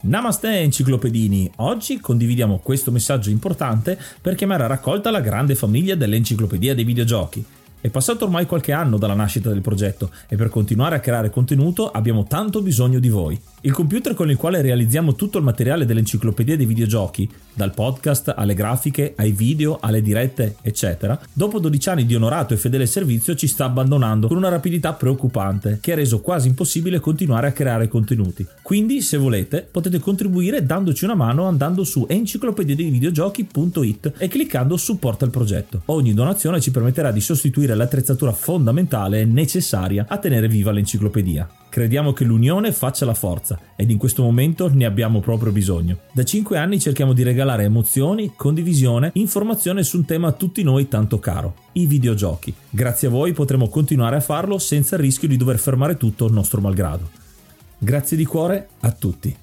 Namaste enciclopedini, oggi condividiamo questo messaggio importante per chiamare a raccolta la grande famiglia dell'Enciclopedia dei Videogiochi. È passato ormai qualche anno dalla nascita del progetto e per continuare a creare contenuto abbiamo tanto bisogno di voi. Il computer con il quale realizziamo tutto il materiale dell'Enciclopedia dei Videogiochi, dal podcast alle grafiche, ai video, alle dirette, eccetera, dopo 12 anni di onorato e fedele servizio ci sta abbandonando con una rapidità preoccupante che ha reso quasi impossibile continuare a creare contenuti. Quindi, se volete, potete contribuire dandoci una mano andando su enciclopediadeivideogiochi.it e cliccando supporta il progetto. Ogni donazione ci permetterà di sostituire l'attrezzatura fondamentale e necessaria a tenere viva l'enciclopedia. Crediamo che l'unione faccia la forza ed in questo momento ne abbiamo proprio bisogno. Da 5 anni cerchiamo di regalare emozioni, condivisione, informazione su un tema a tutti noi tanto caro, i videogiochi. Grazie a voi potremo continuare a farlo senza il rischio di dover fermare tutto nostro malgrado. Grazie di cuore a tutti.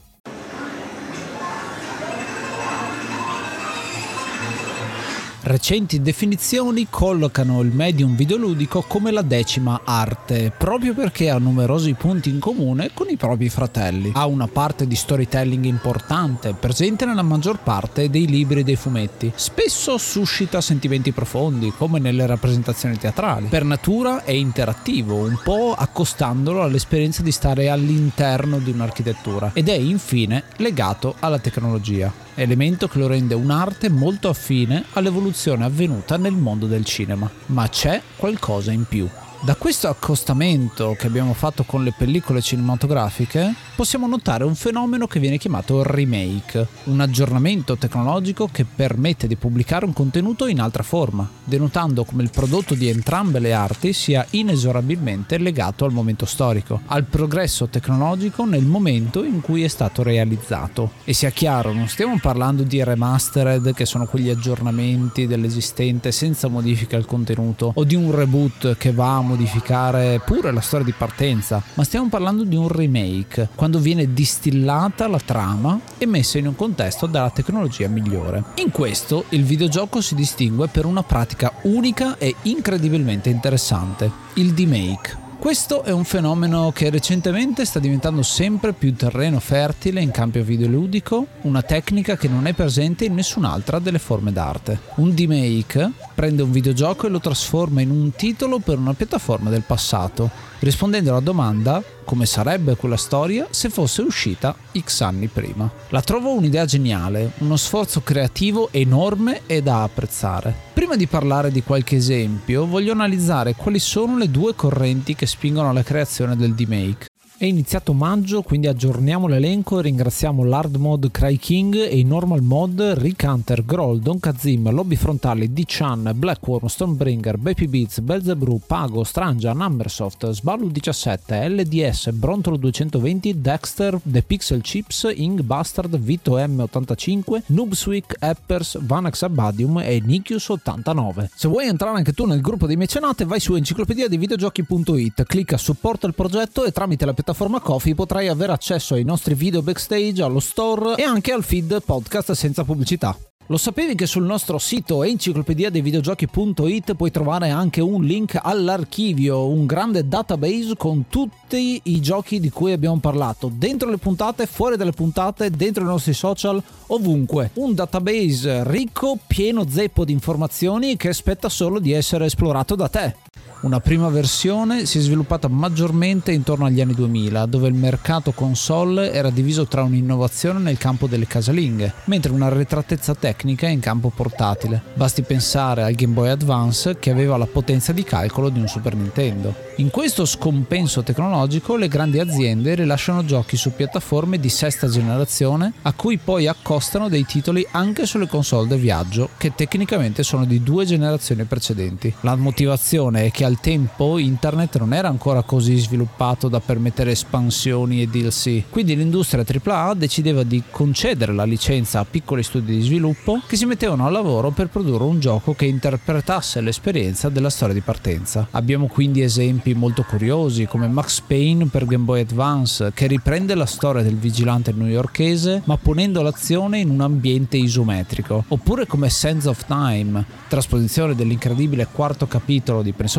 Recenti definizioni collocano il medium videoludico come la 10ª arte, proprio perché ha numerosi punti in comune con i propri fratelli. Ha una parte di storytelling importante, presente nella maggior parte dei libri e dei fumetti. Spesso suscita sentimenti profondi, come nelle rappresentazioni teatrali. Per natura è interattivo, un po' accostandolo all'esperienza di stare all'interno di un'architettura. Ed è infine legato alla tecnologia, elemento che lo rende un'arte molto affine all'evoluzione avvenuta nel mondo del cinema. Ma c'è qualcosa in più. Da questo accostamento che abbiamo fatto con le pellicole cinematografiche possiamo notare un fenomeno che viene chiamato remake, un aggiornamento tecnologico che permette di pubblicare un contenuto in altra forma, denotando come il prodotto di entrambe le arti sia inesorabilmente legato al momento storico, al progresso tecnologico nel momento in cui è stato realizzato. E sia chiaro, non stiamo parlando di remastered, che sono quegli aggiornamenti dell'esistente senza modifica al contenuto, o di un reboot che va a modificare pure la storia di partenza, ma stiamo parlando di un remake, quando viene distillata la trama e messa in un contesto dalla tecnologia migliore. In questo il videogioco si distingue per una pratica unica e incredibilmente interessante: il demake. Questo è un fenomeno che recentemente sta diventando sempre più terreno fertile in campo videoludico, una tecnica che non è presente in nessun'altra delle forme d'arte. Un demake prende un videogioco e lo trasforma in un titolo per una piattaforma del passato, rispondendo alla domanda: come sarebbe quella storia se fosse uscita X anni prima? La trovo un'idea geniale, uno sforzo creativo enorme e da apprezzare. Prima di parlare di qualche esempio, voglio analizzare quali sono le due correnti che spingono alla creazione del demake. È iniziato maggio, quindi aggiorniamo l'elenco e ringraziamo l'hard mod Cry King e i normal mod Rick Hunter, Groll, Don Kazim, Lobby Frontali, D-Chan, Blackworm, Stonebringer, Baby Beats, Belzebrew, Pago, Strangia, Numbersoft, Sballu17, LDS, Brontolo 220, Dexter, The Pixel Chips, Ing Bastard, Vito M85, Noobswick, Eppers, Vanax Abadium e Nikius89. Se vuoi entrare anche tu nel gruppo dei mecenate, vai su enciclopediadeivideogiochi.it, clicca supporta il progetto e tramite la piattaforma Ko-fi potrai avere accesso ai nostri video backstage, allo store e anche al feed podcast senza pubblicità. Lo sapevi che sul nostro sito enciclopediadeivideogiochi.it puoi trovare anche un link all'archivio, un grande database con tutti i giochi di cui abbiamo parlato, dentro le puntate, fuori dalle puntate, dentro i nostri social, ovunque. Un database ricco, pieno zeppo di informazioni che aspetta solo di essere esplorato da te. Una prima versione si è sviluppata maggiormente intorno agli anni 2000, dove il mercato console era diviso tra un'innovazione nel campo delle casalinghe, mentre una arretratezza tecnica in campo portatile. Basti pensare al Game Boy Advance, che aveva la potenza di calcolo di un Super Nintendo. In questo scompenso tecnologico, le grandi aziende rilasciano giochi su piattaforme di sesta generazione, a cui poi accostano dei titoli anche sulle console da viaggio, che tecnicamente sono di 2 generazioni precedenti. La motivazione è che al tempo internet non era ancora così sviluppato da permettere espansioni e DLC, quindi l'industria AAA decideva di concedere la licenza a piccoli studi di sviluppo che si mettevano al lavoro per produrre un gioco che interpretasse l'esperienza della storia di partenza. Abbiamo quindi esempi molto curiosi come Max Payne per Game Boy Advance, che riprende la storia del vigilante newyorkese ma ponendo l'azione in un ambiente isometrico, oppure come Sands of Time, trasposizione dell'incredibile quarto capitolo di Prince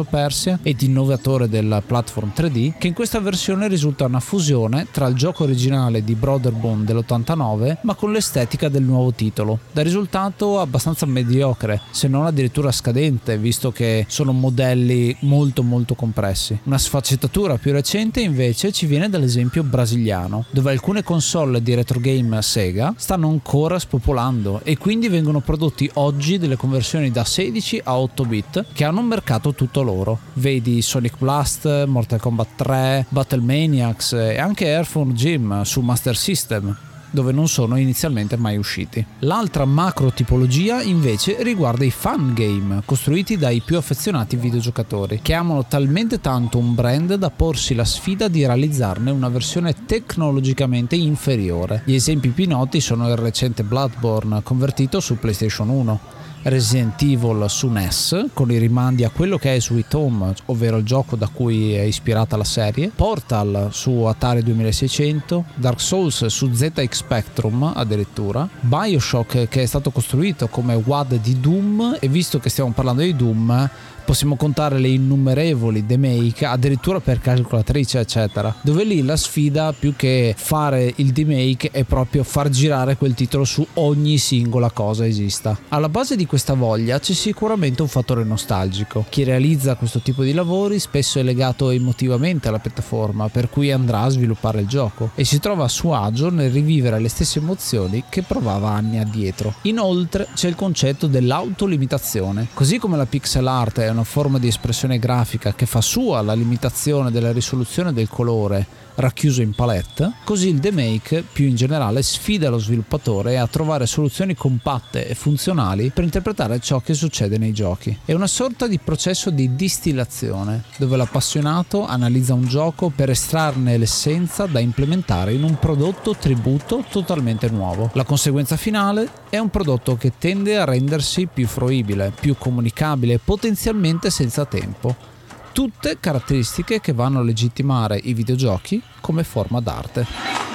of Persia ed innovatore del platform 3D, che in questa versione risulta una fusione tra il gioco originale di Brotherbone dell'89 ma con l'estetica del nuovo titolo, da risultato abbastanza mediocre, se non addirittura scadente, visto che sono modelli molto compressi. Una sfaccettatura più recente invece ci viene dall'esempio brasiliano, dove alcune console di retro game Sega stanno ancora spopolando e quindi vengono prodotti oggi delle conversioni da 16 a 8 bit che hanno un mercato tutto loro. Vedi Sonic Blast, Mortal Kombat 3, Battle Maniacs e anche Earthworm Jim su Master System, dove non sono inizialmente mai usciti. L'altra macro tipologia invece riguarda i fan game, costruiti dai più affezionati videogiocatori, che amano talmente tanto un brand da porsi la sfida di realizzarne una versione tecnologicamente inferiore. Gli esempi più noti sono il recente Bloodborne convertito su PlayStation 1, Resident Evil su NES con i rimandi a quello che è Sweet Home, ovvero il gioco da cui è ispirata la serie, Portal su Atari 2600, Dark Souls su ZX Spectrum addirittura, BioShock che è stato costruito come WAD di Doom, e visto che stiamo parlando di Doom possiamo contare le innumerevoli demake addirittura per calcolatrice eccetera, dove lì la sfida più che fare il demake è proprio far girare quel titolo su ogni singola cosa esista. Alla base di questa voglia c'è sicuramente un fattore nostalgico. Chi realizza questo tipo di lavori spesso è legato emotivamente alla piattaforma per cui andrà a sviluppare il gioco e si trova a suo agio nel rivivere le stesse emozioni che provava anni addietro. Inoltre c'è il concetto dell'autolimitazione. Così come la pixel art è una forma di espressione grafica che fa sua la limitazione della risoluzione del colore racchiuso in palette, così il demake più in generale sfida lo sviluppatore a trovare soluzioni compatte e funzionali per interpretare ciò che succede nei giochi. È una sorta di processo di distillazione, dove l'appassionato analizza un gioco per estrarne l'essenza da implementare in un prodotto tributo totalmente nuovo. La conseguenza finale è un prodotto che tende a rendersi più fruibile, più comunicabile e potenzialmente senza tempo. Tutte caratteristiche che vanno a legittimare i videogiochi come forma d'arte.